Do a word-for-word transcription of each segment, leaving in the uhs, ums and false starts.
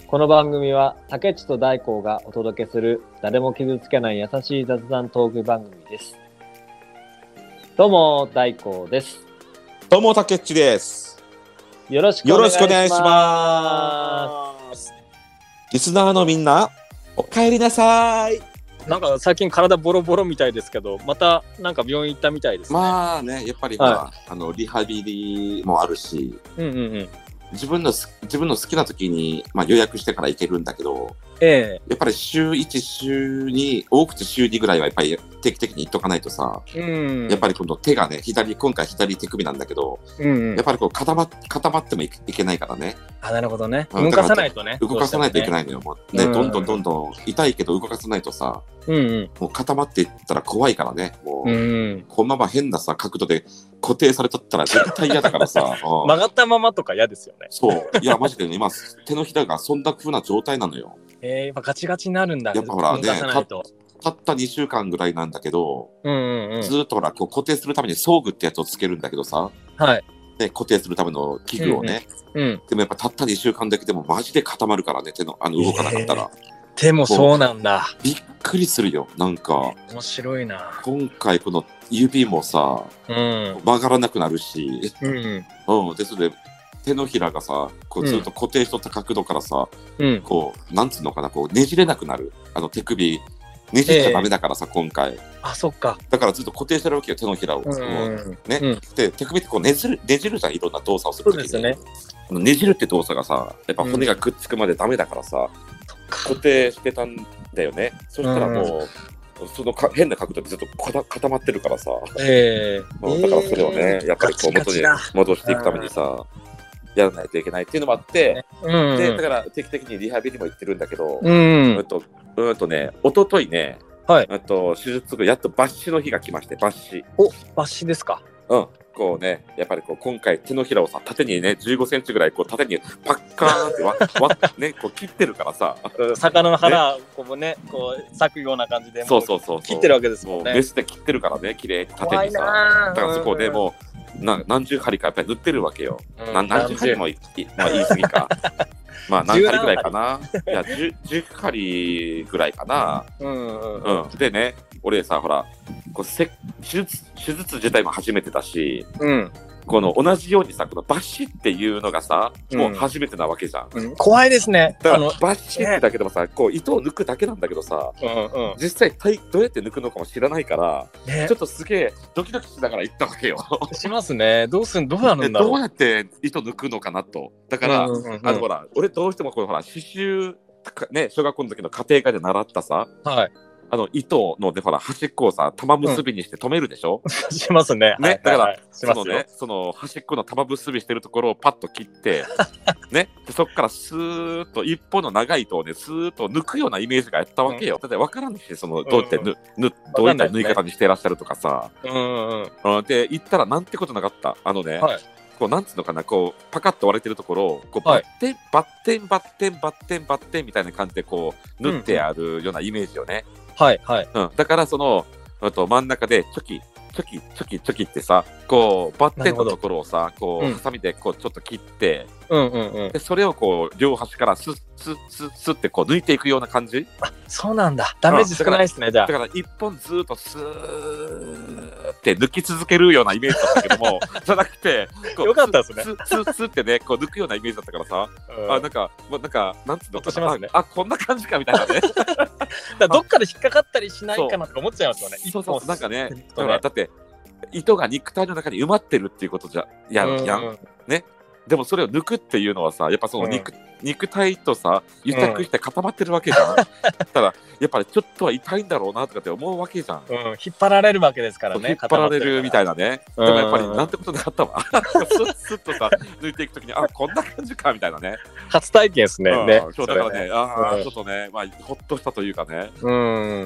この番組は竹内と大光がお届けする誰も傷つけない優しい雑談トーク番組です。どうも大光です。 どうも竹内です。 よろしくお願いします。よろしくお願いします。 リスナーのみんなお帰りなさい。 なんか最近体ボロボロみたいですけど、またなんか病院行ったみたいですね。 まあね、やっぱりほら、はい、あのリハビリもあるし、 うんうんうん、 自分の自分の好きな時に、まあ、予約してから行けるんだけど、 えー、やっぱり週いち、週に、多くて週にぐらいはやっぱり定期的に行っとかないとさ、 うん、 やっぱりこの手がね、左、今回左手首なんだけど、 うんうん、 やっぱりこう固ま、固まってもいけないからね。 あ、なるほどね。動かさないとね。 動かさないといけないのよ。もうね、うん、どんどんどんどん痛いけど動かさないとさ、 うんうん、 もう固まっていったら怖いからね。もう、 うん、 このまま変なさ角度で固定されとったら絶対嫌だからさ。 曲がったままとか嫌ですよね。 そう。いやマジでね、今手のひらがそんな風な状態なのよ。 えー、やっぱガチガチになるんだね。 やっぱほらね、た, たったにしゅうかんぐらいなんだけど、 うんうんうん、 ずっとほらこう固定するために装具ってやつをつけるんだけどさ、 はい、 で固定するための器具をね、 うんうんうん、 でもやっぱたったにしゅうかんだけでもマジで固まるからね、手のあの動かなかったら。 えー手もそうなんだ。 びっくりするよ。なんか面白いな。 今回この指もさ、 うん、 曲がらなくなるし、 うんうん、でそれで手のひらがさ、こうずっと固定しとった角度からさ、 うん、こうなんつうのかな、こうねじれなくなる。あの手首ねじっちゃダメだからさ、えー、今回。 あ、そっか。 だからずっと固定してるわけよ、手のひらを。うん、ね、うん、で手首ってこうねじるねじるじゃん、いろんな動作をするときに。 そうですね。 ねじるって動作がさ、やっぱ骨がくっつくまでダメだからさ、うん、固定してたんだよね。そしたらもう、うん、そのか変な角度でずっと固まってるからさ、 えーうん、だからそれをね、えー、やっぱりこう元に戻していくためにさ、やらないといけないっていうのもあって、うん、でだから定期的にリハビリも行ってるんだけど、 うん、 うんとうんとね、一昨日ね、 はい、 あと手術後やっと抜歯の日が来まして、抜歯。 お、抜歯ですか。 うん。こうね、やっぱりこう今回手のひらをさ、縦にねじゅうごセンチぐらいこう縦にパッカーンってわわねこう切ってるからさ、 魚の腹をこうねこう裂くような感じでそうそうそう切ってるわけですもんね。 メスで切ってるからね、綺麗に縦にさ、だからそこでもうな何十針かやっぱり塗ってるわけよ。うん、な何十針もい、まあ、言い過ぎか。まあ何針ぐらいかな。いやじゅう、じゅう針ぐらいかな。 うんうんうんうん、でね、俺さほらこうせ手術手術自体も初めてだし、 うん、 この同じようにさ、この抜歯っていうのがさ、もう初めてなわけじゃん。 うんうん、怖いですね。 だから抜歯ってだけでもさ、ね、こう糸を抜くだけなんだけどさ、 うんうん、 実際どうやって抜くのかも知らないから、ね、ちょっとすげえドキドキしながら行ったわけよ。 しますね。どうすんどうなるんだろう。 どうやって糸抜くのかなと。だから、うんうんうん、あのほら俺どうしてもこのほら刺繍ね、小学校の時の家庭科で習ったさ。 はい。 あの糸のでほら端っこをさ玉結びにして止めるでしょ、 うん、しますね。 ね、だから、はいはい、 そのねその端っこの玉結びしてるところをパッと切ってね、でそこからスーッと一本の長い糸をねスーッと抜くようなイメージがやったわけよ。うん、だって分からんし、そのどうやってぬ、うん、ぬどういった縫い方にしていらっしゃるとかさ、 うんうんうん、 で言ったらなんてことなかった。あのね、はい、こうなんつうのかな、こうパカッと割れてるところをこうバッテン、はい、バッテンバッテンバッテンバッテンみたいな感じでこう縫ってあるようなイメージよね。うんうん、 はいはい、 うん、だからそのと真ん中でチョキチョキチョキチョキってさ、こうバッテンのところをさこう、うん、ハサミでこうちょっと切って、 うんうんうん、でそれをこう両端からスッスッスッスッってこう抜いていくような感じ。 あ、そうなんだ。ダメージ少ないですね。じゃあだから一本ずーっとスーって抜き続けるようなイメージだったけどもじゃなくてこうよかったですね。 スッスッスッってねこう抜くようなイメージだったからさ、うん、あなんかなんかなんつうのかな、ね、あこんな感じかみたいなねだどっかで引っかかったりしないかなとか思っちゃいますよね。 そうそう、なんかね、だからだって糸が肉体の中に埋まってるっていうことじゃやんやんね。でもそれを抜くっていうのはさ、やっぱその 肉,、うん、肉体とさ癒着して固まってるわけじゃん、うん、だからやっぱりちょっとは痛いんだろうなとかって思うわけじゃん、 うん、引っ張られるわけですからね。 引っ張られるみたいなね、うん、でもやっぱりなんてことなかったわスッスッとさ抜いていくときにあこんな感じかみたいなね。 初体験ですね、うん、ね。 そうだからね、あ、うん、ちょっとね、まあ、ほっとしたというかね、 うん、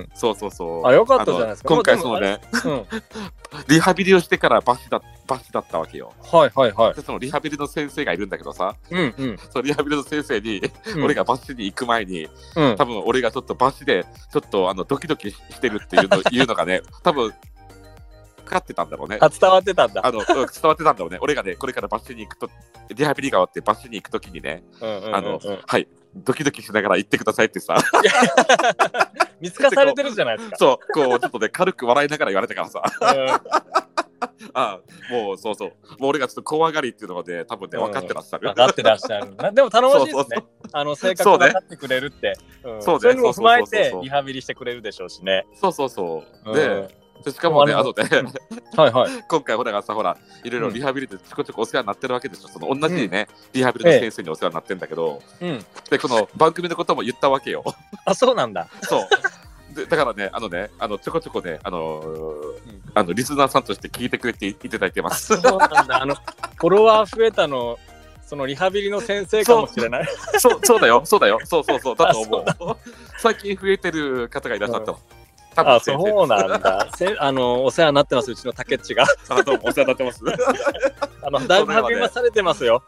そうそうそう、 あよかったじゃないですか。 今回そのね、うん、リハビリをしてから抜歯だ抜歯だったわけよ。 はいはいはい。 でそのリハビリの先生がいるんだけどさ、 うんうん、 そのリハビリの先生に、うん、俺が抜歯に行く前に、 うん、 多分俺がちょっと抜歯でちょっとあのドキドキしてるっていうのいうのがね多分かかってたんだろうね。 あ伝わってたんだ。 あの、うん、伝わってたんだろうね。俺がねこれから抜歯に行くとリハビリが終わって抜歯に行くときにね、うんうんうんうん、あのはいドキドキしながら言ってくださいってさ見透かされてるじゃないですか。 そうこうちょっとね軽く笑いながら言われたからさうんあもうそうそうもう俺がちょっと怖がりっていうのがね多分ね分かってらっしゃる、 分かってらっしゃるな。でも頼もしいですね。 そうそうそうあの性格分かってくれるってうんそうねそういうのも踏まえてそうそうそうそうリハビリしてくれるでしょうしね。 そうそうそううんででしかもねあのあとねはいはい。 今回ほらがさほらいろいろリハビリでちょこちょこお世話になってるわけでしょ。その同じね、リハビリの先生にお世話になってるんだけど、 うん。 でこの番組のことも言ったわけよあ、そうなんだ。 そうでだからねあのねあのちょこちょこねあのーあのリスナーさんとして聞いてくれていただいてまあ、 すそうなんだ。あのフォロワー増えたのそのリハビリの先生かもしれない。 そうそうだよそうだよそうそうそうだと思うあそ最近増えてる方がいらっしゃったの、多あ、 分先生そうなんだ。せあのお世話になってますうちの竹内が。 あどうもお世話になってますだあのだいぶ励まされてますよ。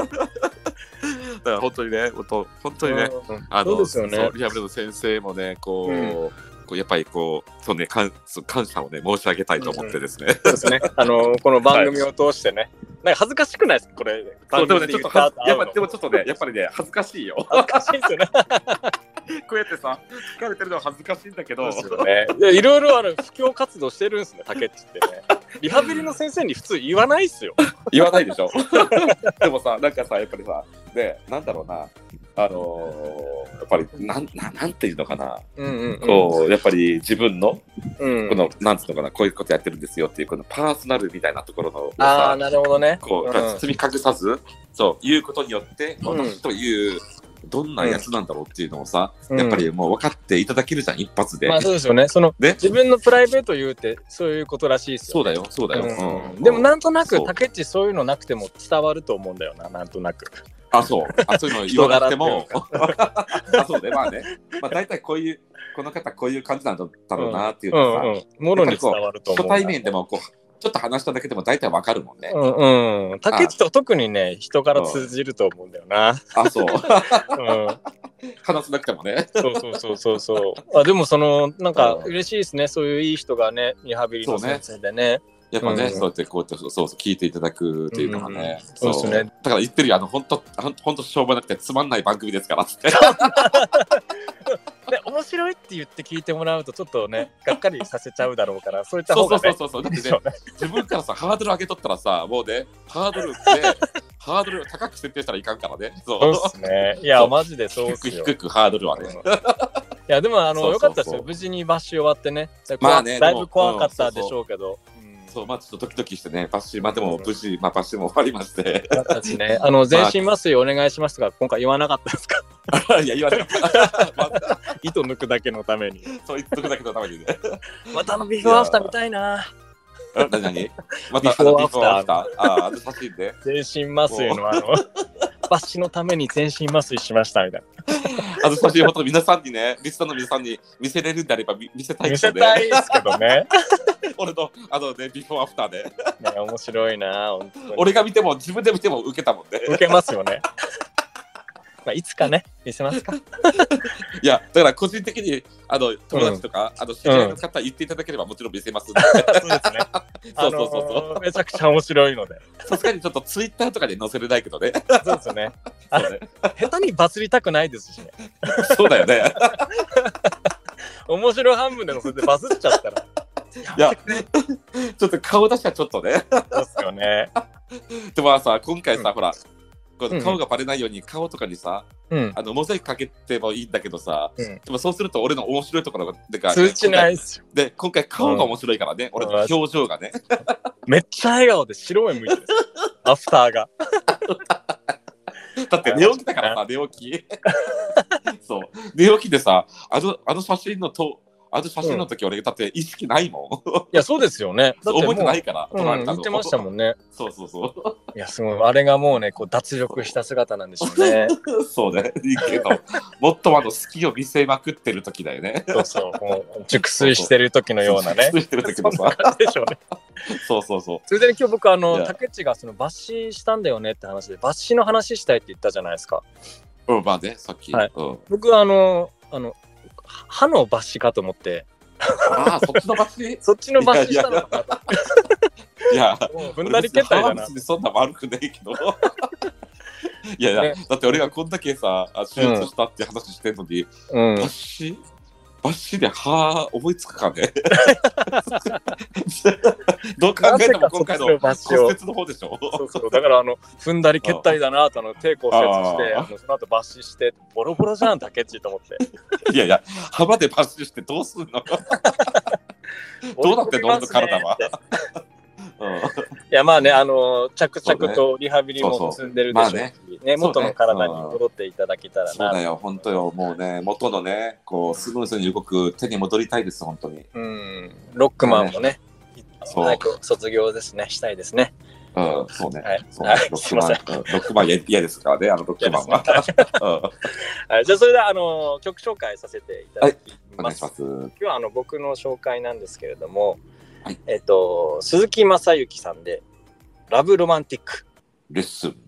から本当にね本当本当にね、 うんあのそうですよねそうリハビリの先生もねこう、 うんこうやっぱりこうそうね感そう感謝をね申し上げたいと思ってですね、 そうですね。あのこの番組を通してね、なんか恥ずかしくないですかこれ。 そうでもねちょっとはやっぱででももちょっとねやっぱりね恥ずかしいよ恥ずかしいですよね。 こうやってさ疲れてるのは恥ずかしいんだけどそうですよね。でいろいろある布教活動してるんですね、竹内ってね。リハビリの先生に普通言わないっすよ。 言わないでしょでもさなんかさやっぱりさでなんだろうなあのー、やっぱりなんななんていうのかな、 うんうんうん、 こうやっぱり自分のうんこのなんつうのかなこういうことやってるんですよっていうこのパーソナルみたいなところのああさなるほどね。 こう、 うん包み隠さずそう言うことによってうん私というどんなやつなんだろうっていうのをさ、 うんやっぱりもう分かっていただけるじゃん一発で、 まあそうですよね。そのね自分のプライベート言うてそういうことらしいですよ、 そうだよそうだよ、 うんうんでもなんとなくそう竹内そういうのなくても伝わると思うんだよな、なんとなく。 あそうあそういうの言わなくても人あそうねまあねまあ大体こういうこの方こういう感じなんだろうなっていうのさ、 うんうん、もろに伝わると思う。 初対面でもこうちょっと話しただけでも大体わかるもんね、 うんうん。竹内と特にね、人から通じると思うんだよな。 あそううん。 話さなくてもねそうそうそうそうそう。あでもそのなんかうん嬉しいですね。そういういい人がね、リハビリの先生でね。 やっぱね、 うんそうやってこうやってそうそう聞いていただくっていうのがね、 うんそうですねだから言ってるよあの本当ほんほんとしょうもなくてつまんない番組ですからっつってで面白いって言って聞いてもらうとちょっとね、がっかりさせちゃうだろうから、そういったそうそう方がね。 そうそうだってねそうね自分からさハードル上げとったらさもうねハードルでハードル高く設定したらいかんからねそうそうっすね。いやそうマジでそうっすよ。 低く低くハードルはね、 うんいやでもあのそうそうそう良かったですよ。無事にバッシュ終わってね。でまあねだいでもぶ怖かったでしょうけど。うんそうまあちょっとドキドキしてねバッシュまあでも無事、まあバッシュも終わりまして私ね、あの全身麻酔お願いしますが今回言わなかったですか？ いや言わなかったまあ糸抜くだけのために。 そう言っとくだけのためにねまたあのビフォーアフター見たいな。 あ何何またビフォーあのアフタービフォーアフターああの写真で全身麻酔のあのバッシュのために全身麻酔しましたみたいあの写真を本当皆さんにねリスナーの皆さんに見せれるんであれば見見せたな。見いですよねせたいですけどね。 俺のあのねビフォーアフターでね面白いな本当に。 俺が見ても自分で見ても受けたもんね受けますよね。まあいつかね見せますか。 いやだから個人的にあの友達とか、あの知り合いの方言っていただければもちろん見せますんでそうですね。 そうそうそうそうあのーめちゃくちゃ面白いので。 さすがにちょっとツイッターとかで載せれないけどねそうですよね。あそうね下手にバズりたくないですしね。 そうだよね面白半分で載せてバズっちゃったら。 いやちょっと顔出しはちょっとねそうですよね。 でもさ今回さ、 うんほらこうんう顔がバレないように顔とかにさ、 うん。 あのモザイクかけてもいいんだけどさ、 うんでもそうすると俺の面白いところがでか通知ないっすよ。 で今回顔が面白いからね、俺の表情がねめっちゃ笑顔で白目向いてる。アフターが。 だって寝起きだからさ寝起きそう寝起きでさあのあの写真のとあの写真の時俺だって意識ないもん、 いやそうですよね。だってもう覚えてないから、 うん、 撮られたの言ってましたもんね。 そうそうそいやすごいあれがもうねこう脱力した姿なんでしょうね。 うそうねいいけどもっとあの好きを見せまくってる時だよねそうそうもう熟睡してる時のようなね。 熟睡してる時のさそんな感じでしょうね。 そうそうそうそれで今日僕あのいや竹内がその抜歯したんだよねって話で抜歯の話したいって言ったじゃないですか。 うんまあねさっき、 はいうん、 僕はあのあの歯の抜歯かと思ってああそっちのバッチそっちの抜歯したのかなと。 いやもう踏んだり蹴ったりだな別。にそんな悪くないけどいやいや、 ねだって俺がこんだけさ、あ手術したって話してんのに、 うんバッシバッシで歯思いつくかねどう考えても今回の骨折の方でしょ。 そうそう、だからあの踏んだり蹴ったりだなとあの手骨折してあのその後抜歯してボロボロじゃん竹内と思っていやいや、幅で抜歯してどうすんのどうなってんの俺の体は。うん、 いやまあね、あの着々とリハビリも進んでるでしょうし、ねね、元の体に戻っていただけたらな。 そうだよ、本当よ、もうね、元のね、こうスムーズに動く手に戻りたいです、本当に。 うん、ロックマンもね、 そう早く卒業ですね、したいですね。 うん、そうね。 はい、 そうね、ロックマン、ロックマン嫌ですからね、あのロックマンは。 はい、じゃあそれではあの曲紹介させていただきます。 お願いします。 今日はあの僕の紹介なんですけれども、 はい、 えっと鈴木雅之さんでラブロマンティックレッスン。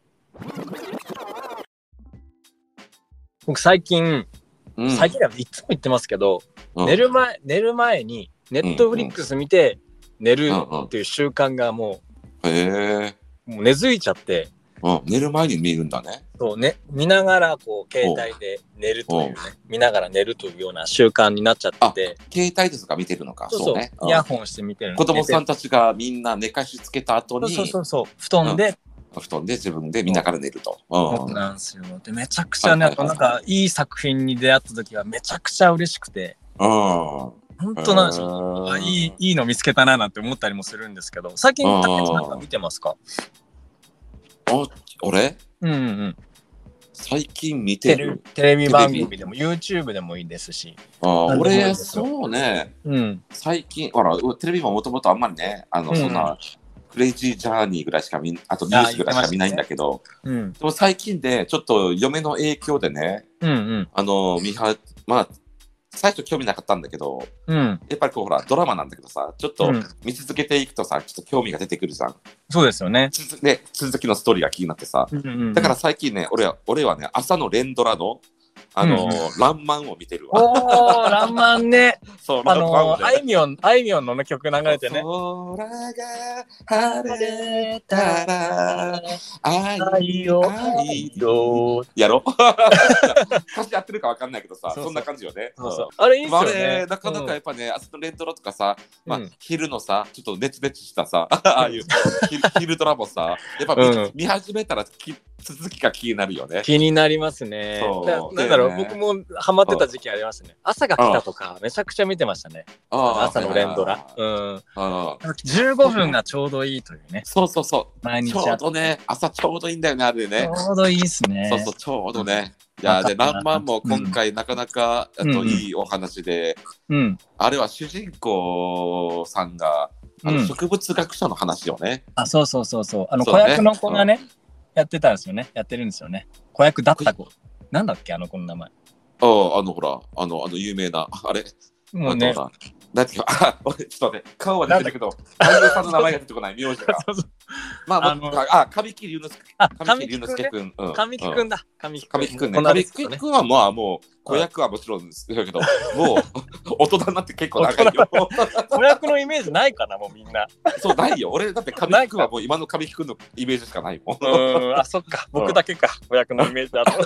僕最近、 うん、 最近はいつも言ってますけど、うん、寝る前寝る前にネットフリックス見て寝るっていう習慣がもう、 うんうん、へえもう根付いちゃって、 うん、寝る前に見るんだね。 そうね、見ながらこう携帯で寝るというね、見ながら寝るというような習慣になっちゃってて、 携帯ですか見てるのか。 そうそう、そうね、イヤホンして見てるの。 子供さんたちがみんな寝かしつけた後に、 そうそうそう布団で、 うん、布団で自分で見ながら寝ると。 そうなんですよ。でめちゃくちゃね、はいはいはい、なんかいい作品に出会った時はめちゃくちゃ嬉しくて、 うん、 本当なんですよ。あ、いいいいの見つけたななんて思ったりもするんですけど、最近竹内なんか見てますか？ あ、俺？ うんうん。 最近見てるテレビ番組でも YouTube でもいいですし。 あ、俺そうね、 うん、 最近ほらテレビももともとあんまりね、あの、うん、そんなクレイジージャーニーぐらいしか見、あとニュースぐらいしか見ないんだけど、ね、うん、でも最近でちょっと嫁の影響でね、 うんうん、 あの見はまあ最初興味なかったんだけど、 うん、 やっぱりこうほらドラマなんだけどさ、ちょっと見続けていくとさ、ちょっと興味が出てくるじゃん。 そうですよね。 で、続きのストーリーが気になってさ、 うんうんうん、 だから最近ね、俺は俺はね、朝の連ドラのあのーうん、 ランマンを見てるわ。 おー、ランマンね。 そう、 あのー、あいみょん、あいみょんの曲流れてね。 空が晴れたら愛を愛をやろ歌詞やってるかわかんないけどさ、そ, そんな感じよね。 そうそう、あれいいっすよね。 あれなかなかやっぱね、朝の連ドラとかさ、まあ、うん、昼のさ、ちょっとネチネチしたさ、ああいう昼ドラもさ、やっぱ見、うん、見始めたらき続きが気になるよね。 気になりますね。なんだろう、ね、僕もハマってた時期ありましたね。朝が来たとかめちゃくちゃ見てましたね。朝の連ドラ。うん。じゅうごふんがちょうどいいというね。 そうそうそう。 毎日ちょうどね、朝ちょうどいいんだよね、あれね。 ちょうどいいっすね。 そうそう、ちょうどね。いやで、ランマンも今回なかなか、うん、あといいお話で、 うん、 あれは主人公さんが、あの植物学者の話よね。 あ、そうそうそうそう。あの子役の子がね、やってたんですよね。やってるんですよね。子役だった子。なんだっけ、あの子の名前。 ああ、あのほら、あの、あの有名な、あれ。 もうね。 なんていうか、あ、俺ちょっとね、顔は出てるけど、俳優さんの名前が出てこない、名字が。そうそう、まあ、あのー、あ、神木隆之介。 神木隆之介君。神木君だ。 神木君ね。神木君はまあもう、子役はもちろんですけど、もう、大人になって結構長いよ。 子役のイメージないかな、もうみんな。 そう、ないよ。俺だって神木君はもう今の神木君のイメージしかないもん。 うん、あ、そっか。僕だけか、子役のイメージだと。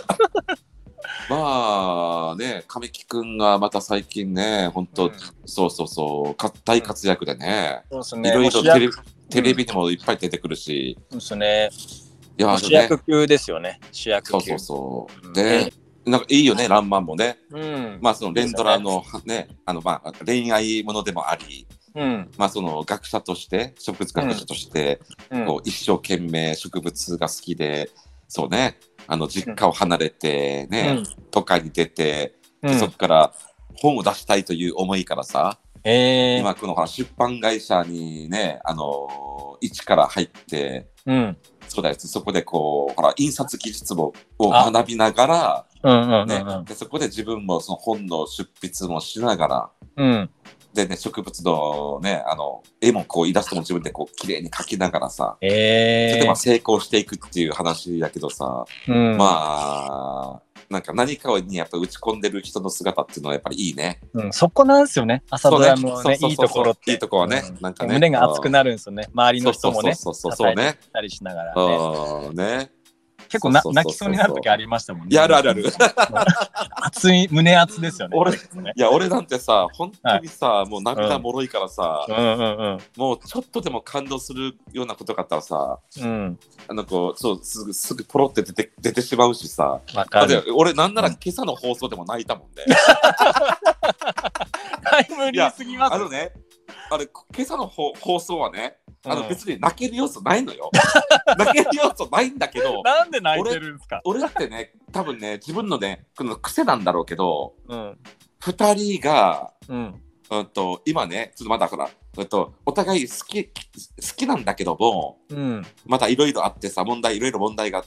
まあね、神木くんがまた最近ね、本当、うん、そうそうそう、大活躍でね、 そうですね、 いろいろテレビ、テレビにもいっぱい出てくるし、 そうですね、 いや、 主役級ですよね、主役級。 そうそうそう。で、うん、なんかいいよね、ランマンもね。 うん、 まあその連ドラのね、あのまあ恋愛ものでもあり、 うん、 まあその学者として、植物学者として、うん、こう一生懸命植物が好きで、そうね。あの実家を離れてね、うん、都会に出て、うん、そこから本を出したいという思いからさ、 えー、 今このほら出版会社にね、あの一から入って、 うん、 そうだよ、そこでこうほら印刷技術を学びながら、 うんうんうんね、でそこで自分もその本の出筆もしながら、 うん、 でね、植物のね、あの絵もこうイラストも自分でこう綺麗に描きながらさ、 えー、 それでまあ成功していくっていう話だけどさ、 うん、 まあなんか何かにやっぱ打ち込んでる人の姿っていうのはやっぱりいいね。 うん、そこなんですよね。朝ドラのね、いいところって。 いいところはね、 うん、 なんかね、 胸が熱くなるんですよね。周りの人もね、 そうそうそうそうね、 たりしながらね。 ね。 結構な泣きそうになる時ありましたもんね。 やるあるある。 熱い胸熱ですよね。 俺いや俺なんてさ本当にさ、はい、もう涙もろいからさ、 うんうんうんうん、 もうちょっとでも感動するようなことがあったらさ、うん、あのこうそうすぐすぐポロって出て出てしまうしさ。 わかる。 俺なんなら今朝の放送でも泣いたもんね。 タイムリーすぎます。 あのね、あれ今朝の放送はね。あの別に泣ける要素ないのよ。泣ける要素ないんだけど。 なんで泣いてるんですか。 俺、俺ってね、多分ね、自分のね、この癖なんだろうけど、 うん、 ふたりが、 うんうんと、今ね、ちょっとまだほら、うんと、お互い好き、好きなんだけども、 うん、 またいろいろあってさ、問題、いろいろ問題があって、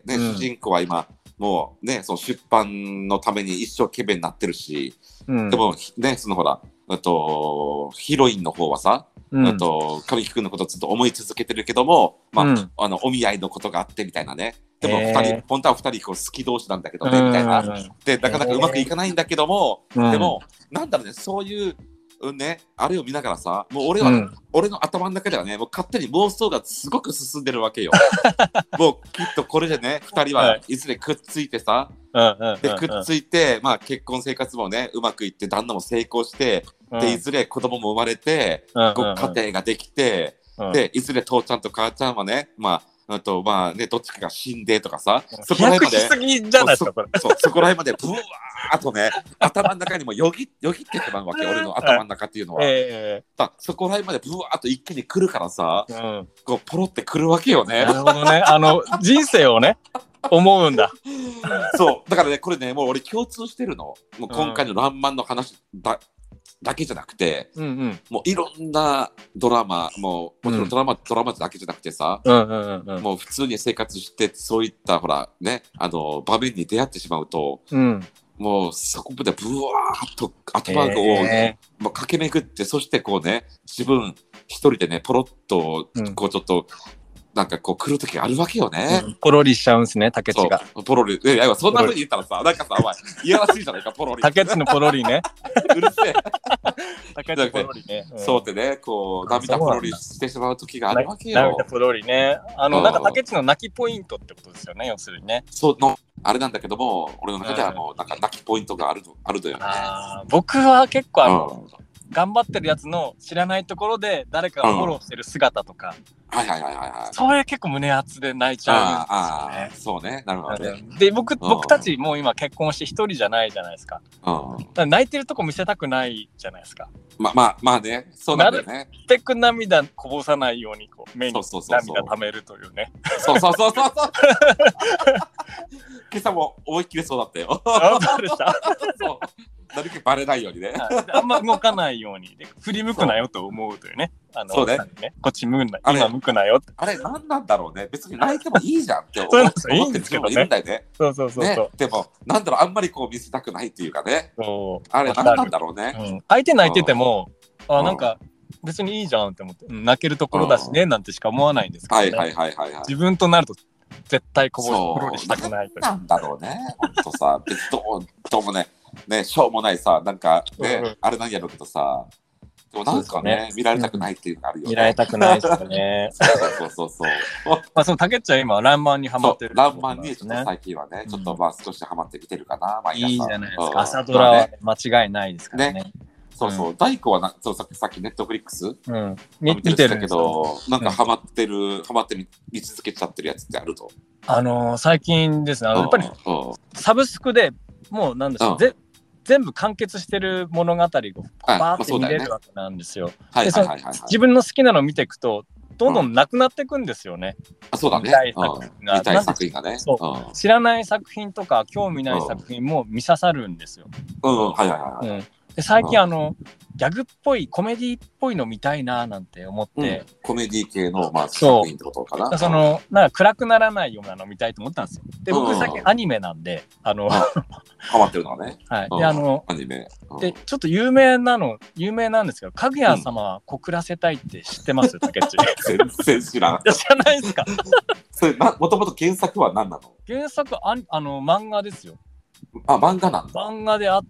ね、うん、主人公は今、もうね、その出版のために一生懸命になってるし、うん、でもね、そのほら、うんと、ヒロインの方はさ、うん、と神木君のことをずっと思い続けてるけども、まあうん、あのお見合いのことがあってみたいなね。でもふたり、えー、本当はふたりこう好き同士なんだけどね、みたいな。で、なかなかうまくいかないんだけども、えー、でも、なんだろうね、そういうね、あれを見ながらさ、もう俺は、ね、うん、俺の頭の中ではね、もう勝手に妄想がすごく進んでるわけよ。もうきっとこれでね、ふたりはいずれくっついてさ、はい、でくっついて、まあ、結婚生活もねうまくいって旦那も成功して、うん、でいずれ子供も生まれて、うん、ご家庭ができて、うん、でいずれ父ちゃんと母ちゃんはね、まああとまあね、どっちかが死んでとかさ、そこら辺までそ, そ, そこら辺までブワーっとね頭の中にもよぎよぎってしまうわけ、俺の頭の中っていうのは、えー、だそこら辺までブワーっと一気に来るからさ、うん、こうポロって来るわけよね。 なるほどね、あの人生をね思うんだ。 そうだからね、これねもう俺共通してるの、もう今回のらんまんの話だ、だけじゃなくて、うんうん、もういろんなドラマ、もうもちろんドラマ、うん、ドラマだけじゃなくてさ、うんうんうん、もう普通に生活してそういったほらね、あの場面に出会ってしまうと、うん、もうそこでブワーッと頭を、えー、もう駆け巡って、そしてこうね自分一人でねポロッとこうちょっと、うん、なんかこう来る時があるわけよね、 うん、ポロリしちゃうんすね、竹内が。 ポロリ、いやそんな風に言ったらさ、なんかさ、お前いやらしいじゃないか、ポロリ。 竹内のポロリね。 うるせえ。 竹内ポロリね。 うん、そうってね、こう涙ポロリしてしまう時があるわけよ。 涙ポロリね。あの、うん、なんか竹内の泣きポイントってことですよね、要するにね。 そうのあれなんだけども、俺の中ではもうなんか泣きポイントがあるあるのよね。 あ、僕は結構あの、うん、頑張ってるやつの知らないところで誰かがフォローしてる姿とか、 うん、はいはいはいはいはい、 それ結構胸熱で泣いちゃうんですよね。 そうね、なるほどね。 で僕僕たちもう今結婚して一人じゃないじゃないですか。うん、だから泣いてるとこ見せたくないじゃないですか。 まあまあまあね、そうなんだよね。なるべく涙こぼさないようにこう目に涙ためるというね。 そうそうそうそうそう。今朝も思いっきりそうだったよ。 そうでした。 そう。なるべくバレないようにね。 あんま動かないようにで振り向くなよと思うというね。あのそうね。 ねこっち向くな、今向くなよって。 あれ何なんだろうね。別に泣いてもいいじゃんって思ってる人もいるんだよね。 そうそうそうそう、ね。 でもなんだろう、あんまりこう見せたくないっていうかね。そうあれ何なんだろうね。 うん、相手泣いてても、うん、あなんか別にいいじゃんって思って、うん、泣けるところだしね、うん、なんてしか思わないんですけどね。 はいはいはいはい、はい。 自分となると絶対こぼポロリしたくないという。 なんだろうね。本当さ、別にどうどうもね。ね、しょうもないさ、なんかね、うんうん、あれなんやろうけどさ、でもなんかね、ね見られたくないっていうのがあるよね。 見られたくないですよね。 そうそうそうそう。 まあその竹内は今、ランマンにハマってる、 ね。ランマンにちょっと最近はね、ちょっとまあ少しハマってきてるかな。まあ、 いいじゃないですか。うん、朝ドラは間違いないですからね。ねそうそう、大工はなそうさっきネットフリックス、うん、 見てるけど、なんかハマってる、うん、ハマって見続けちゃってるやつってあると。 あのー、最近ですね、あのやっぱりサブスクでもうなんでしょう、ぜ全部完結してる物語をバーって見れるわけなんですよ。自分の好きなのを見ていくとどんどんなくなっていくんですよね。 あ、そうだね。 見たい作品が、 見たい作品がね。 そう、うん、知らない作品とか興味ない作品も見刺さるんですよ。 うん、はいはいはい、はい。うん、 で最近あのギャグっぽいコメディっぽいの見たいななんて思って、うん、 コメディ系の、まあ、作品ってことかな。 そのなんか暗くならないようなの見たいと思ったんですよ。で僕最近アニメなんで、あのハマってるのね。 はい。であのアニメ、 うん、でちょっと有名なの有名なんですけど、かぐや様は告らせたいって知ってます？竹内。 全然知らん。 知らないですか？ それなもともと原作は何なの？ 原作ああの漫画ですよ。 あ、漫画なんだ。 漫画であって。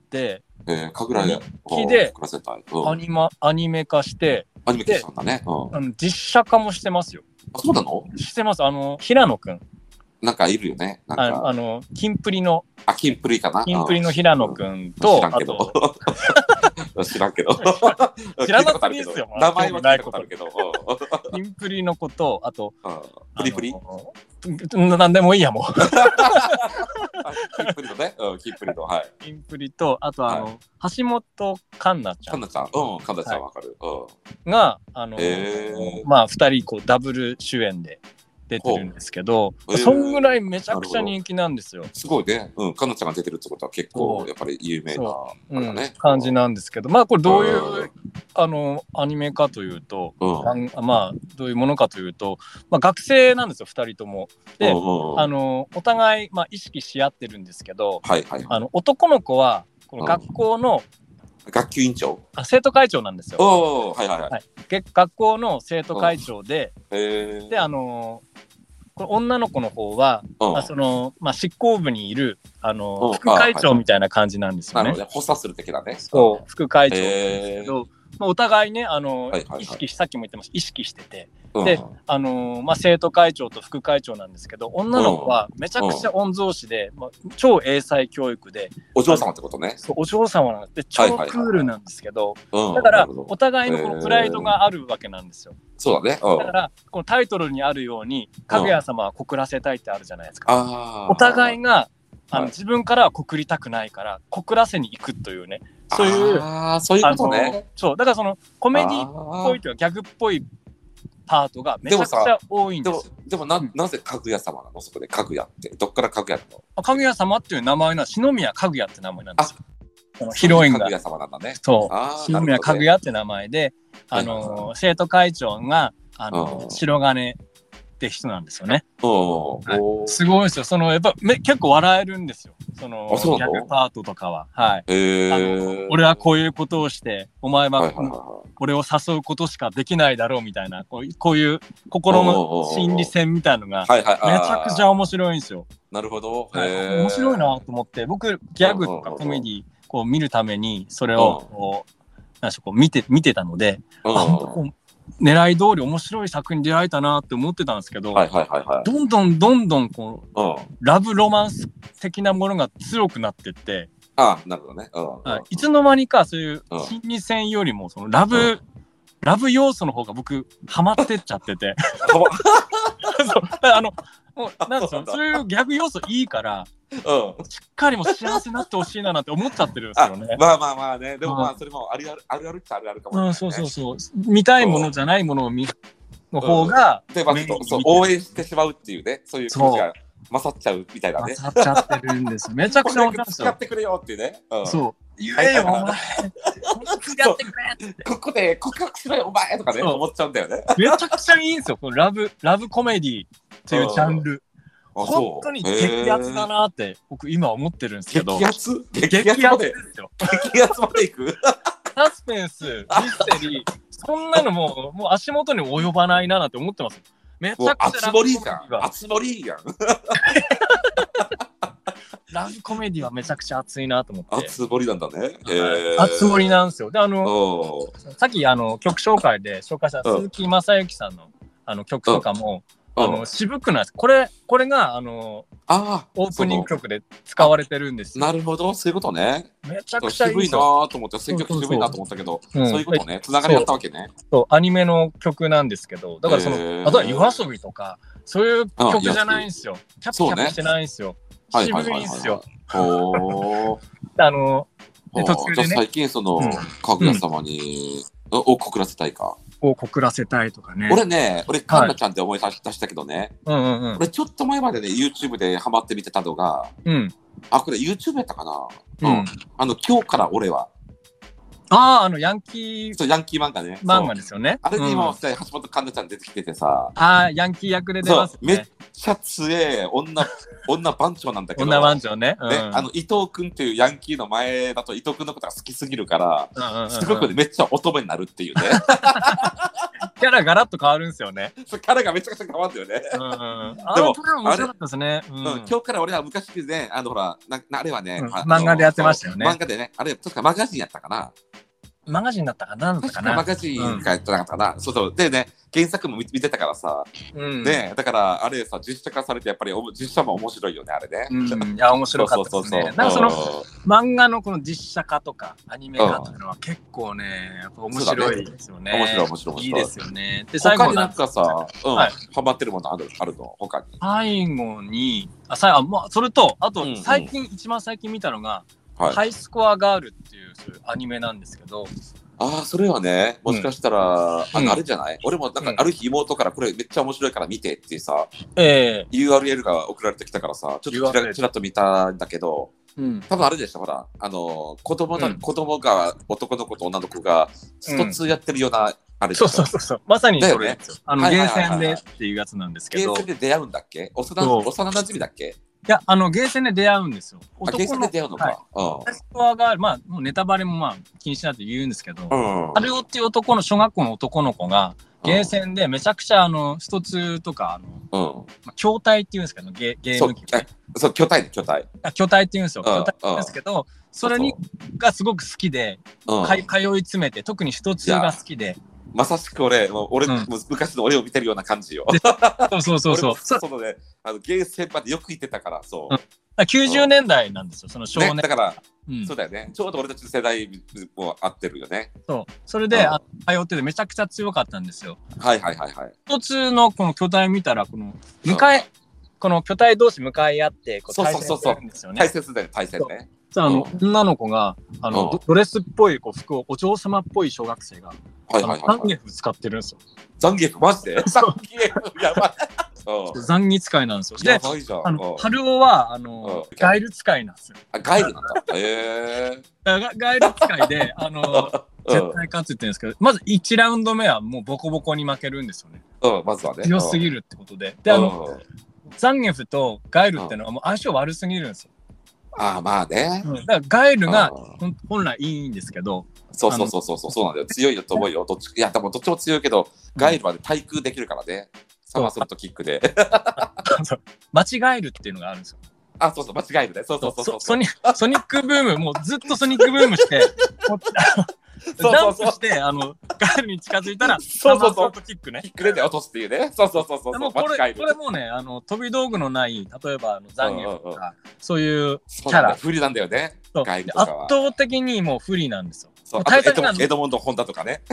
えー、かぐらでアニマアニメ化してアニメ化したんだね、 うん、あの実写化もしてますよ。 あ、そうなの？ してます。あの平野くんなんかいるよね。なんかああの、キンプリの、 あ、キンプリかな。 キンプリの平野くんと、 知らんけど。知らんけど。 知らなくていいですよ。 名前は聞いたことあるけど。 キンプリの子と、あと、 プリプリなんでもいいや、もう。 キンプリとね。キンプリと、はい。 キンプリと、あと、あの、橋本環奈ちゃん。 環奈ちゃん。うん、環奈ちゃんわかる。 が、あの、まあ、二人、こう、ダブル主演で。出てるんですけど、えー、そんぐらいめちゃくちゃ人気なんですよ。 すごいね。うん、かなちゃんが出てるってことは結構やっぱり有名な、 うん、感じなんですけど、まあこれどういうあのアニメかというと、うん、まあどういうものかというと、まあ、学生なんですよふたりとも。で、うんうん、あのお互い、まあ、意識し合ってるんですけど、はいはいはい、あの男の子はこの学校の、 うん、学級委員長あ生徒会長なんですよ。 おはいはいはいはい、 学校の生徒会長で、であのこれ女の子の方は、まあそのまあ、執行部にいるあの副会長みたいな感じなんですよね。 補佐する的なね。 そう副会長なんですけど、まあ、お互いねあの、はいはいはい、意識しさっきも言ってました意識してて、うん、であのまあ、生徒会長と副会長なんですけど女の子はめちゃくちゃ御曹司で、まあ、超英才教育でお嬢様ってことね。 そうお嬢様なんで超クールなんですけど、はいはいはい、だからお互いのこのプライドがあるわけなんですよ。 そうだね、 うん、だからこのタイトルにあるようにかぐや様は告らせたいってあるじゃないですか。お互いがあの、はい、自分からは告りたくないから告らせに行くというねそういうあそういうことね。 そうだからそのコメディっぽいというかギャグっぽいパートがめちゃくちゃ多いんですよ。 でも、でも な, なぜかぐや様なのそこでかぐやってどっからかぐやなの？ かぐや様っていう名前の篠宮かぐやって名前なんですよ。そのヒロインがかぐや様なんだね。 そう篠宮かぐやって名前で、あのーはい、生徒会長があの白金って人なんですよね。はい、すごいですよ。そのやっぱめ結構笑えるんですよ。そのギャグパートとかは。はい。あの俺はこういうことをしてお前は、はいはいはい、俺を誘うことしかできないだろうみたいなこう、こういう心の心理戦みたいなのがめちゃくちゃ面白いんですよ。 なるほど。 はい、面白いなと思って僕ギャグとかコメディこう見るためにそれをこうなんでしょうこう見て見てたので、あ本当こう狙い通り面白い作品に出会えたなって思ってたんですけど、はいはいはいはい、どんどんどんどんこう、うん、ラブロマンス的なものが強くなってって、 あなるほどね、うんはい、いつの間にかそういう心理戦よりもそのラブ、うん、ラブ要素の方が僕ハマってっちゃっててそうあのもうなんですよそういうギャグ要素いいから、うん、しっかりも幸せになってほしいななんて思っちゃってるんですよね。 まあまあまあね、でもまあそれもあるあるあるあるっちゃあるあるかもしれない、ね、 そうそうそう見たいものじゃないものを見の方が、 うん、でまあそう応援してしまうっていうねそういう気持ちが勝っちゃうみたいなね。 勝っちゃってるんですめちゃくちゃ面白いですよ。 使ってくれよっていうね、うん、 そう言えよお前付き合ってくれってここで告白しろよお前とかね思っちゃうんだよね。 めちゃくちゃいいんですよこのラブラブコメディっていうジャンル。本当に激アツだなって僕今思ってるんですけど。 激アツ？ 激アツですよ。 激アツまでいく？ サスペンス、ミステリー、そんなのもうもう足元に及ばないななんて思ってます。めちゃくちゃラブコメディが。 熱盛やん。 ラブコメディはめちゃくちゃ熱いなと思って。 熱盛なんだね。 熱盛なんですよ。であのさっきあの曲紹介で紹介した鈴木雅之さんのあの曲とかも。あの渋くないです。これこれがあのあオープニング曲で使われてるんですよ。 なるほどそういうことね。 めちゃくちゃいい渋いなと思って選曲渋いなと思ったけどそういうことねつながりあったわけね。 そうアニメの曲なんですけどだからそのあとは夜遊びとかそういう曲じゃないんですよ。キャップキャップしてないんですよ。渋いんですよ。おあの途中でね最近そのかぐや様にを告らせたいか。 を告らせたいとかね。 俺ね、俺カンナちゃんって思い出したけどね、はいうんうんうん、俺ちょっと前までね YouTube でハマって見てたのが、うん、あこれ YouTube やったかな、うんうん、あの今日から俺はあああのヤンキーそうヤンキー漫画ね漫画ですよね。 あれに今、うん、橋本環奈ちゃん出てきててさああヤンキー役で出ます、ね、 めっちゃ強え女女番長なんだけど女番長ね、 うん、ねあの伊藤君っていうヤンキーの前だと伊藤君のことが好きすぎるから、うんうんうんうん、すごくめっちゃ乙女になるっていうねキャラガラッと変わるんですよね。 キャラがめちゃくちゃ変わるんだよね。うんうん、 でも面白かったですね、うんうん。今日から俺は昔ねあのほらなあれはね、うん、 漫画でやってましたよね。 漫画でねあれ確かマガジンやったかな。 マガジンだったかな、なんだったかな。 マガジンかやってなかったかな、うん、そうそうでね、原作も見てたからさ、うん、ね、だからあれさ実写化されてやっぱり実写も面白いよねあれね、 うん、いや面白かったですね。なんかその漫画のこの実写化とかアニメ化というのは結構ねやっぱ面白いですよね。 面白い面白いいいですよね。 で最後になんかさ、うんはい、ハマってるものあるあるの他に。 最後にあ最後まあそれとあと最近、うんうん、一番最近見たのが、はい、ハイスコアガールっていうそういうアニメなんですけど。 ああ、それはね、もしかしたら、うん、あのあれじゃない、うん、俺もなんかある日妹からこれめっちゃ面白いから見てっていうさ、えー、ユーアールエル が送られてきたからさ、ちょっとちらちらっと見たんだけど、うん、多分あれでした、ほら、あの子供だ、うん、子供が男の子と女の子がストツーやってるような、あれでしょ、 うん、そうそうそう、まさにそれですよ。あの、ゲーセンでっていうやつなんですけど。 ゲーセンで出会うんだっけ？幼幼馴染だっけ？ いや、あの、ゲーセンで出会うんですよ。 男のゲーセンで出会うのか。 ハイスコアが、まあ、もうネタバレもまあ気にしないと言うんですけど、ハルオっていう男の、小学校の男の子が、ゲーセンでめちゃくちゃ、あの、ストツーとか、あの、まあ、筐体っていうんですけど、ゲゲーム機。 そう、筐体ね、筐体。 あ、筐体って言うんですよ。筐体って言うんですけど、それに、がすごく好きで、通い詰めて、特にストツーが好きで、 まさしく俺、もう俺、うん、もう昔の俺を見てるような感じよ。 そうそうそうそう。 そのね、あのゲーセンまでよく行ってたから、そう。 うん、きゅうじゅうねんだいなんですよ、その少年。 ね、だから、うん、そうだよね。ちょうど俺たちの世代も合ってるよね。 そう。それで、あ通っててめちゃくちゃ強かったんですよ。 はいはいはいはい。 一つのこの巨体見たら、この、向かい、この巨体同士向かい合って、こう対戦するんですよね。 対戦するんだよ、対戦ね。 あの、うん、女の子があの、うん、ドレスっぽいこう服をお嬢様っぽい小学生がザンギエフ使ってるんですよ。 ザンギエフマジで？ザンギエフやばい。 ザンギ使いなんですよ。で、あの春男はあのガイル使いなんですよ。 あ、ガイルなんだ。へえ。 ガイル使いであの絶対勝つって言うんですけど、まずいちラウンド目はもうボコボコに負けるんですよね。 うん、まずはね。 強すぎるってことで、であのザンギエフとガイルってのはもう相性悪すぎるんですよ。 ああ、まあね。 うん、だからガエルが本来いいんですけど。 そうそうそうそうそう、そうなんだよ。強いよと思うよ。どっち、いや、多分どっちも強いけど、ガエルは、ね、対空できるからね。サマーソルトキックで。 間違えるっていうのがあるんですよ。 あ、そうそう、間違えるね。そうそうそうそう。 ソニソニックブーム、もうずっとソニックブームして、ジャンプしてあのガールに近づいたらサマーソルトキックね。 キックで落とすっていうね。そうそうそうそう。 もうこれこれもうね、あの飛び道具のない例えばあのザンギエフとかそういうキャラ不利なんだよね。 圧倒的にもう不利なんですよ。 エドモンド・ホンダとかね。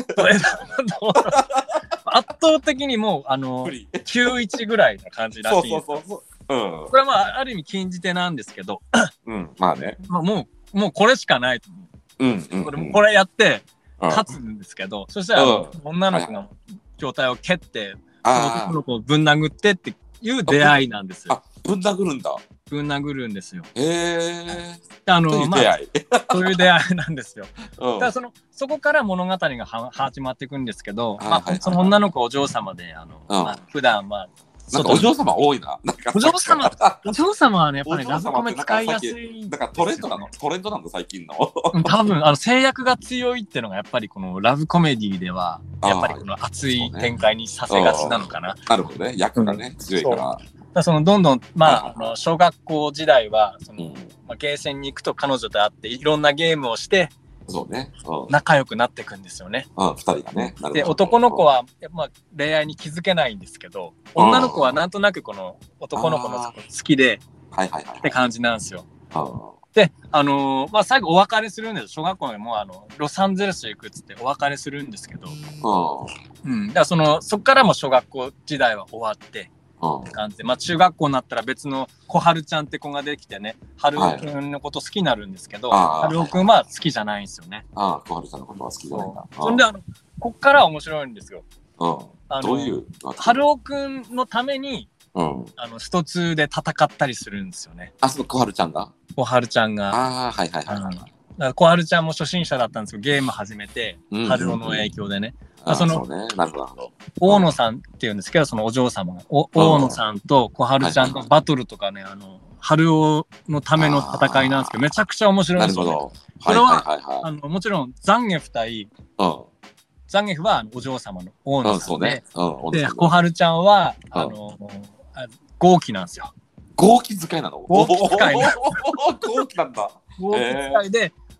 圧倒的にもうあのきゅういちぐらいな感じらしい。そうそうそう。うん。これはまあある意味禁じ手なんですけど。 うん、まあね。 まあもうもうこれしかないと思う。うんうん、これこれやって勝つんですけど、そしたら、うん、女の子の状態を蹴って、その男の子をぶん殴ってっていう出会いなんですよ。 あ、ぶん殴るんだ。 ぶん殴るんですよ。 へえ。 あの、 そういう出会い。 まあ、そういう出会いなんですよ。うん、だからそのそこから物語がは始まっていくんですけど、まあ、その女の子お嬢様で、あの、うんまあ、普段まあなんかお嬢様多いな。なんかお嬢様、お嬢様はね、やっぱりラブコメ使いやすい。 なんかトレンドなの、トレンドなんだ最近の。 多分あの制約が強いっていうのがやっぱりこのラブコメディではやっぱりこの熱い展開にさせがちなのかな。 なるほどね、役がね、強いから。 だそのどんどんまああの小学校時代はそのまあゲーセンに行くと彼女と会っていろんなゲームをして。 そうね、 仲良くなっていくんですよね。 ああ、ふたりがね。 で男の子は、まあ、恋愛に気づけないんですけど女の子はなんとなくこの男の子の好きでって感じなんですよ。で、あのー、まあ最後お別れするんです。小学校でもあのロサンゼルス行くっつってお別れするんですけど、うん、だからそのそこからも小学校時代は終わって。って感じで、まあ中学校になったら別の小春ちゃんって子ができてね、春尾くんのこと好きになるんですけど、はい、春尾くんは好きじゃないんですよね。 ああ、小春ちゃんのことは好きじゃないんだ。 そんであのこっから面白いんですよ。 あのどういう春尾くんのために、うん、あのストツーで戦ったりするんですよね。 あ、その小春ちゃんが？ 小春ちゃんが。 ああ、はいはいはい。 だから小春ちゃんも初心者だったんですけど、ゲーム始めて、うんうん、春尾の影響でね。 あそのね、なるほど。 大野さんっていうんですけど、そのお嬢様がお大野さんと小春ちゃんのバトルとかね、あの春尾のための戦いなんですけど、めちゃくちゃ面白いんですよ、ね。なるほど。これはあのもちろんザンゲフ対、うん、ザンゲフはお嬢様の大野さんで、うんね、で小春ちゃんはあの豪気なんですよ。 豪気使いなの？ 豪気使いな。 豪気なんだ。 豪気使いで。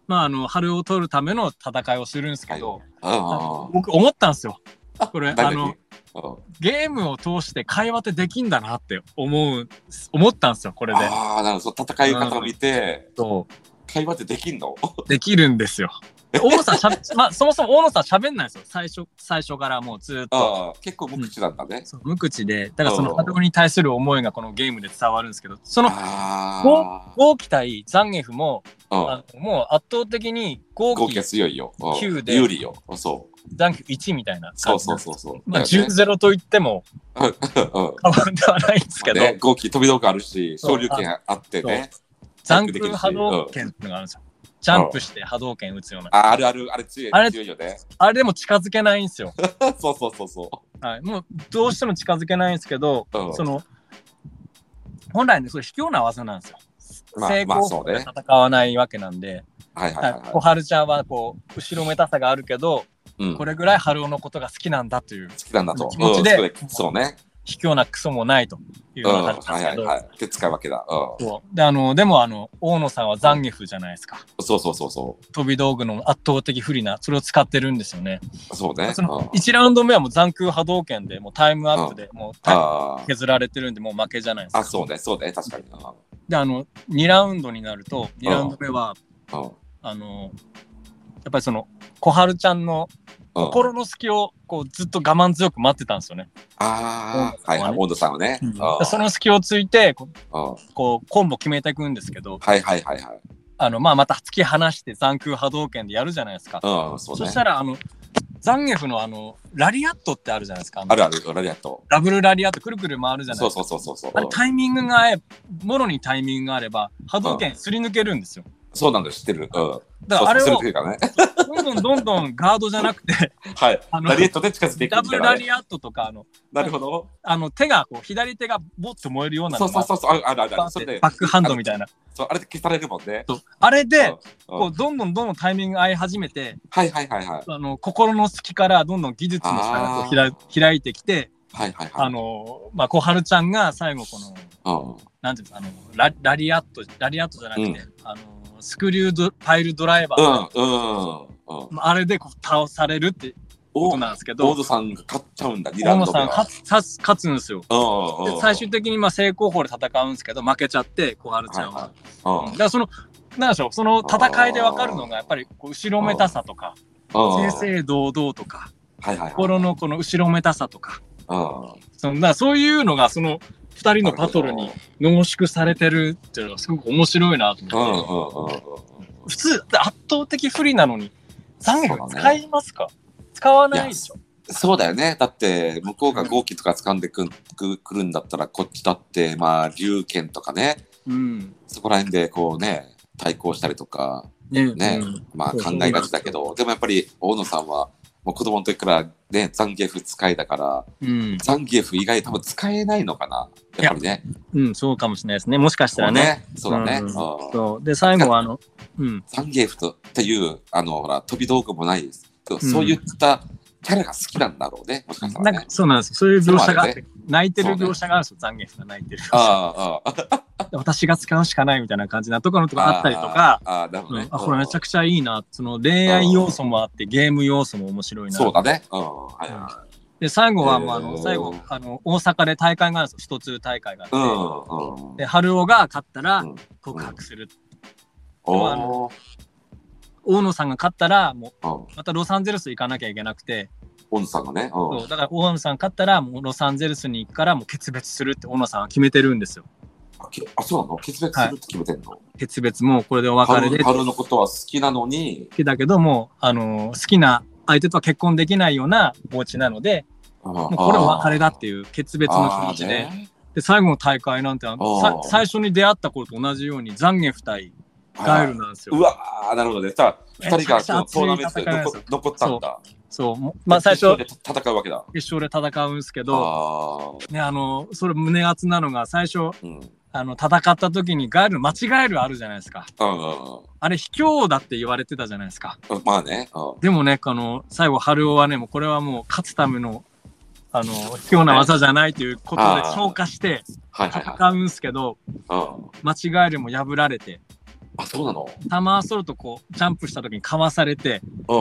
まあ、あの、春を取るための戦いをするんですけど、 はい、 僕思ったんですよ。これ、あの、 うん、 ゲームを通して会話ってできんだなって思う、思ったんですよ、これで。 ああ、なるほど。戦い方を見て、 そう。 会話ってできんの？ できるんですよ。大野さんしゃ、まあ、そもそも大野さん喋んないですよ。最初、最初からもうずっと。 結構無口なんだね。 うん、そう無口で、だからそのハドに対する思いがこのゲームで伝わるんですけど、そのゴーキ対ザンゲフも、あのもう圧倒的にゴーキ強いよ。 きゅうで有利よ。そう。 ザンゲフいちみたいな感じ。そうそうそうそう。 まあ、じゅうたいゼロと言っても過言ではないんですけど。 ね、ゴーキ飛び道具あるし、昇竜拳あってね。 ザンク波動拳っていうのがあるんですよ。ジャンプして波動拳打つような。 あ、あるある、あれ強い、 あれ強いよね。 あれでも近づけないんですよ。 そうそうそうそう。 はい、もうどうしても近づけないんですけど、うん、その本来ね、それ卑怯な技なんですよ。 まあ、 成功で戦わないわけなんで、 はいはいはい、はい。 小春ちゃんはこう後ろめたさがあるけど、うん、これぐらい春男のことが好きなんだという好きなんだと気持ちで、 うん、そうね。 卑怯なクソもないというような感じなんですけど、 うん、はいはいはい。で使うわけだ。 うん、そうであのでもあの大野さんはザンギフじゃないですか。 そうそうそうそう。 飛び道具の圧倒的不利なそれを使ってるんですよね。 そうね。 そのいちラウンド目はもう残空波動拳でもうタイムアップでもう削られてるんでもう負けじゃないですか。 あ、そうねそうね確かに。 であのにラウンドになるとにラウンド目はあのやっぱりその小春ちゃんの心の隙をこうずっと我慢強く待ってたんですよね。 ああ、はいはい、大野さんはね。 うん、その隙をついてこう、こうコンボ決めていくんですけど、 はいはいはいはい。 あのまあまた突き放して残空波動拳でやるじゃないですか。 うん、そうね。 そしたらあのザンゲフのあのラリアットってあるじゃないですか。 あるあるラリアット。 ダブルラリアットくるくる回るじゃないですか。 そうそうそうそう。 あれタイミングが合え、もろにタイミングがあれば波動拳すり抜けるんですよ。 そうなんだ知ってる。うん。 だからあれをどんどんどんどんガードじゃなくて、 はい。ラリアットで近づいていくダブルラリアットとかあの、 なるほど。 あの手がこう左手がボッと燃えるようなそうそうそうそうあるあるある。 それでバックハンドみたいな。 そうあれで消されるもんね。 あれでこうどんどんどんどんタイミングが合い始めて、 はいはいはいはい。 あの心の隙からどんどん技術の差がこう開開いてきて、 はいはいはい。 あのまあ小春ちゃんが最後このなんていうんですかあのララリアットラリアットじゃなくてあのスクリュードパイルドライバー、うんうん、 あれでこう倒されるってことなんですけど、 大野さんが勝っちゃうんだ、 大野さん勝つ勝つ勝つんですよ。で最終的にまあ正攻法で戦うんですけど負けちゃって小春ちゃんは。はいはい、だからそのなんでしょうその戦いで分かるのがやっぱりこう後ろめたさとか正々堂々とか、はいはいはい、心のこの後ろめたさとか、そのだそういうのがそのふたりのバトルに濃縮されてるっていうのがすごく面白いなと思って。普通圧倒的不利なのにザンゲフ使いますか？使わないでしょ。 そうだよね。だって向こうが豪気とか掴んでくる、くるんだったらこっちだってまあ龍拳とかね、うん、そこら辺でこうね対抗したりとかね、ねうん、まあ考えがちだけど、でもやっぱり大野さんはもう子供の時からねザンギエフ使いだから、うん、ザンギエフ以外多分使えないのかなやっぱりね。 うんそうかもしれないですね。もしかしたらね。 そうだね。 そうで最後はあの、 うん、ザンギエフとっていうあのほら飛び道具もないです。そういったキャラが好きなんだろうね。もしかしたらね。 なんかそうなんです。そういう描写があって、泣いてる描写があるんですよ。ザンギエフが泣いてる。ああ私が使うしかないみたいな感じなところとかあったりとか、ああ、なるほどね。あ、これめちゃくちゃいいな。その恋愛要素もあって、ゲーム要素も面白いな。 そうだね。はいはい。 で、最後は、まあ、あの、最後、あの、大阪で大会があるんですよ。一つ大会があって。で、春尾が勝ったら告白する。お大野さんが勝ったら、もう、またロサンゼルス行かなきゃいけなくて。 大野さんがね。 そう、だから大野さん勝ったら、もうロサンゼルスに行くから、もう決別するって大野さんは決めてるんですよ。 あ、そうなの？決別するって決めてんの？はい、 決別もこれでお別れで。 春のことは好きなのに。 好きだけども、あのー、好きな相手とは結婚できないようなお家なので、もうこれお別れだっていう決別の気持ちで。で、最後の大会なんてさ、最初に出会った頃と同じようにザンゲフ対ガエルなんですよ。 うわー、なるほどね。さあ、ふたりがトーナメントで残ったんだ。 そう、まあ最初決勝で戦うわけだ。 決勝で戦うんですけど、ね、あの、それ胸熱なのが最初、うん、あの、戦った時にガエル、間違えるあるじゃないですか。うん、あれ、卑怯だって言われてたじゃないですか。 まあね。 でもね、あの、最後、春尾はね、もうこれはもう勝つための、あの、卑怯な技じゃないということで消化して、戦うんですけど、間違えるも破られて、 あ、そうなの？ サマーソルトこうジャンプした時にかわされて、 うん、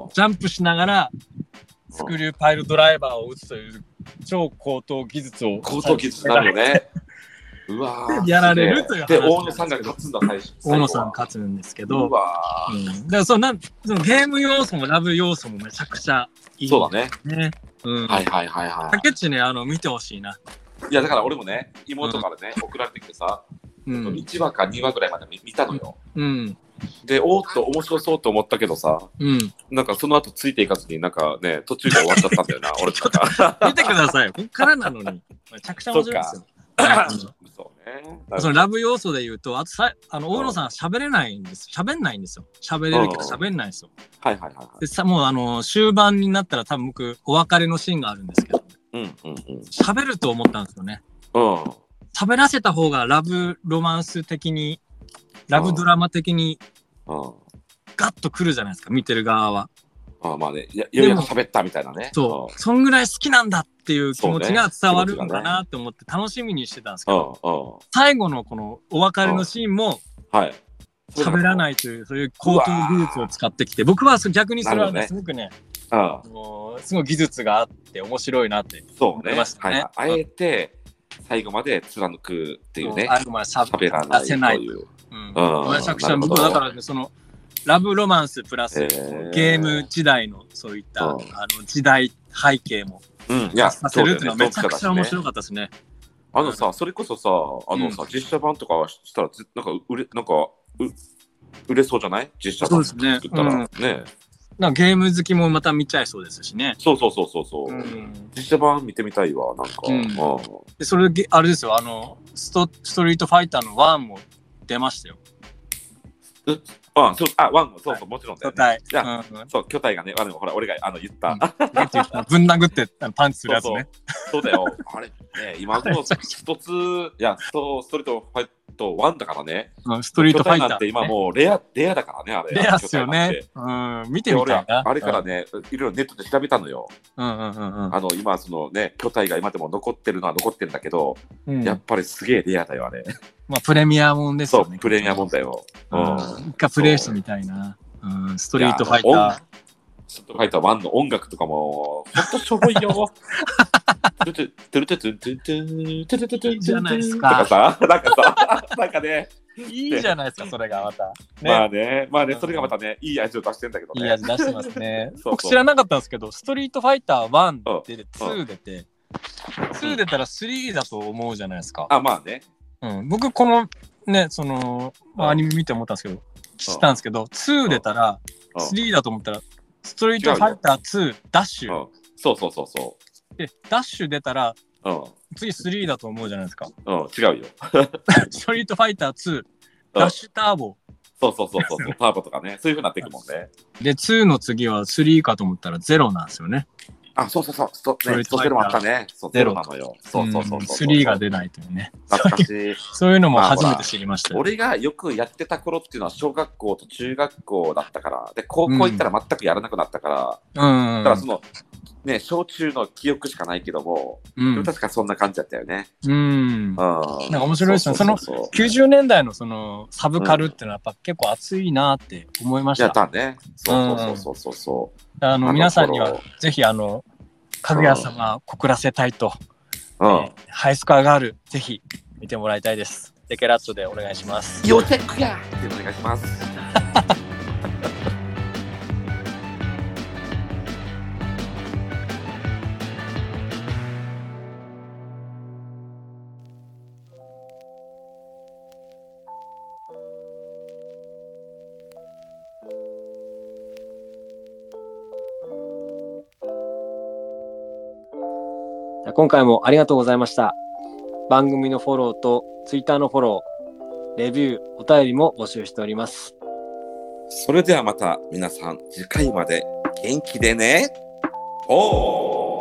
ジャンプしながらスクリューパイルドライバーを打つという超高等技術を高等技術になるよね。うわー、 やられるという話で大野さんが勝つんだ、最初。 大野さん勝つんですけど、 うわー、 うん、だからそうなんそのゲーム要素もラブ要素もめちゃくちゃいい、 そうだね。 ね、うん、 はいはいはいはい。 竹内ね、あの見てほしいな。 いやだから俺もね、妹からね、うん、送られてきてさ、うん、いちわかにわぐらいまで見たのよ。うん、で、おーっと面白そうと思ったけどさ、うん、なんかその後ついていかずになんかね、途中で終わっちゃったんだよな、俺とか。 見てください、こっからなのに。めちゃくちゃ面白いですよ。そうね。そのラブ要素で言うと、あとさ、あの大野さん喋れないんです。喋んないんですよ。喋れるけど喋んないんですよ。 はいはいはい。 でさ、もうあの終盤になったら多分僕お別れのシーンがあるんですけど、うんうんうん。喋ると思ったんですよね。うん。喋らせた方がラブロマンス的に、ラブドラマ的にガッとくるじゃないですか、見てる側は。 ああまあね、やようやく喋ったみたいなね。 そう、そんぐらい好きなんだっていう気持ちが伝わるのかなって思って楽しみにしてたんですけど、最後のこのお別れのシーンも喋らないというそういう高等技術を使ってきて、僕は逆にそれはねすごくね、もうすごい技術があって面白いなって思いましたね。 あえて最後まで貫くっていうね、 最後まで喋らないという。めちゃくちゃ僕はだからそのラブロマンスプラスゲーム時代のそういったあの時代背景もさせるっていうのはめちゃくちゃ面白かったですね。 あのさ、それこそさ、あのさ、実写版とかしたらなんか売れなんか売れそうじゃない？実写版作ったらね。 なんかゲーム好きもまた見ちゃいそうですしね。 そうそうそうそうそう。実写版見てみたいわ、なんか。 でそれであれですよ、あのストストリートファイターのワンも出ましたよ。 あ、そう、あ、ワンも、そうそう、もちろんだよ、ね。巨体。いや、うん、そう、巨体がね、あの、ほら、俺が、あの、言った。 ぶん殴ってパンチするやつね。 そうだよ。あれ、ね、今の一つ、いや、スト、ストリートファイトワンだからね。 ストリートファイター。 なんて今もうレア、レアだからね、あれ。 レアっすよね。うん、見てみたいな。 あれからね、いろいろネットで調べたのよ。うんうんうんうん。あの、今、そのね、巨体が今でも残ってるのは残ってるんだけど、やっぱりすげえレアだよ、あれ。 まあ、プレミアもんですよね。 そう、プレミアもんだよ。 うん。一回プレイしてみたいな。うん、ストリートファイター。 ストリートファイターワンの音楽とかも、ほんとしょぼいよ。トゥトゥトゥルトゥトゥトゥトゥトゥトゥトゥトゥじゃないですか。 とかさ、なんかさ、なんかね。 いいじゃないですか、それがまた。 まあね、まあね、それがまたね、いい味を出してんだけどね。 いい味出してますね。僕知らなかったんですけど、ストリートファイターワン出て、ツー出て、ツー出たらスリーだと思うじゃないですか。 あ、まあね。 うん、僕このね、そのアニメ見て思ったんですけど、知ったんですけど、ツー出たらスリーだと思ったら、ストリートファイターツーダッシュ。 そうそうそうそう。 で、ダッシュ出たら、次スリーだと思うじゃないですか。 うん、違うよ。 ストリートファイターツー、ダッシュターボ。 そうそうそうそう、ターボとかね、そういう風になっていくもんね。 で、ツーの次はスリーかと思ったらゼロなんですよね。 あ、そうそうそう、ストね、ストゼロもあったね。ゼロなのよ。そうそうそうそう。 スリーが出ないというね。 懐かしい。 そういうのも初めて知りました。 俺がよくやってた頃っていうのは小学校と中学校だったから、で、高校行ったら全くやらなくなったから、うん。だからその、ね、小中の記憶しかないけども、うん、確かそんな感じだったよね。うん。なんか面白いですね。そのきゅうじゅうねんだいのそのサブカルっていうのはやっぱ結構熱いなって思いました。 やったね。そうそうそうそうそう。 あの皆さんにはぜひあのかぐや様を告らせたいと、うんえー、ハイスコアガールぜひ見てもらいたいです。デケラッチョでお願いします。 要チェックやってお願いします。 今回もありがとうございました。番組のフォローとツイッターのフォロー、レビュー、お便りも募集しております。 それではまた皆さん次回まで元気でね。おー。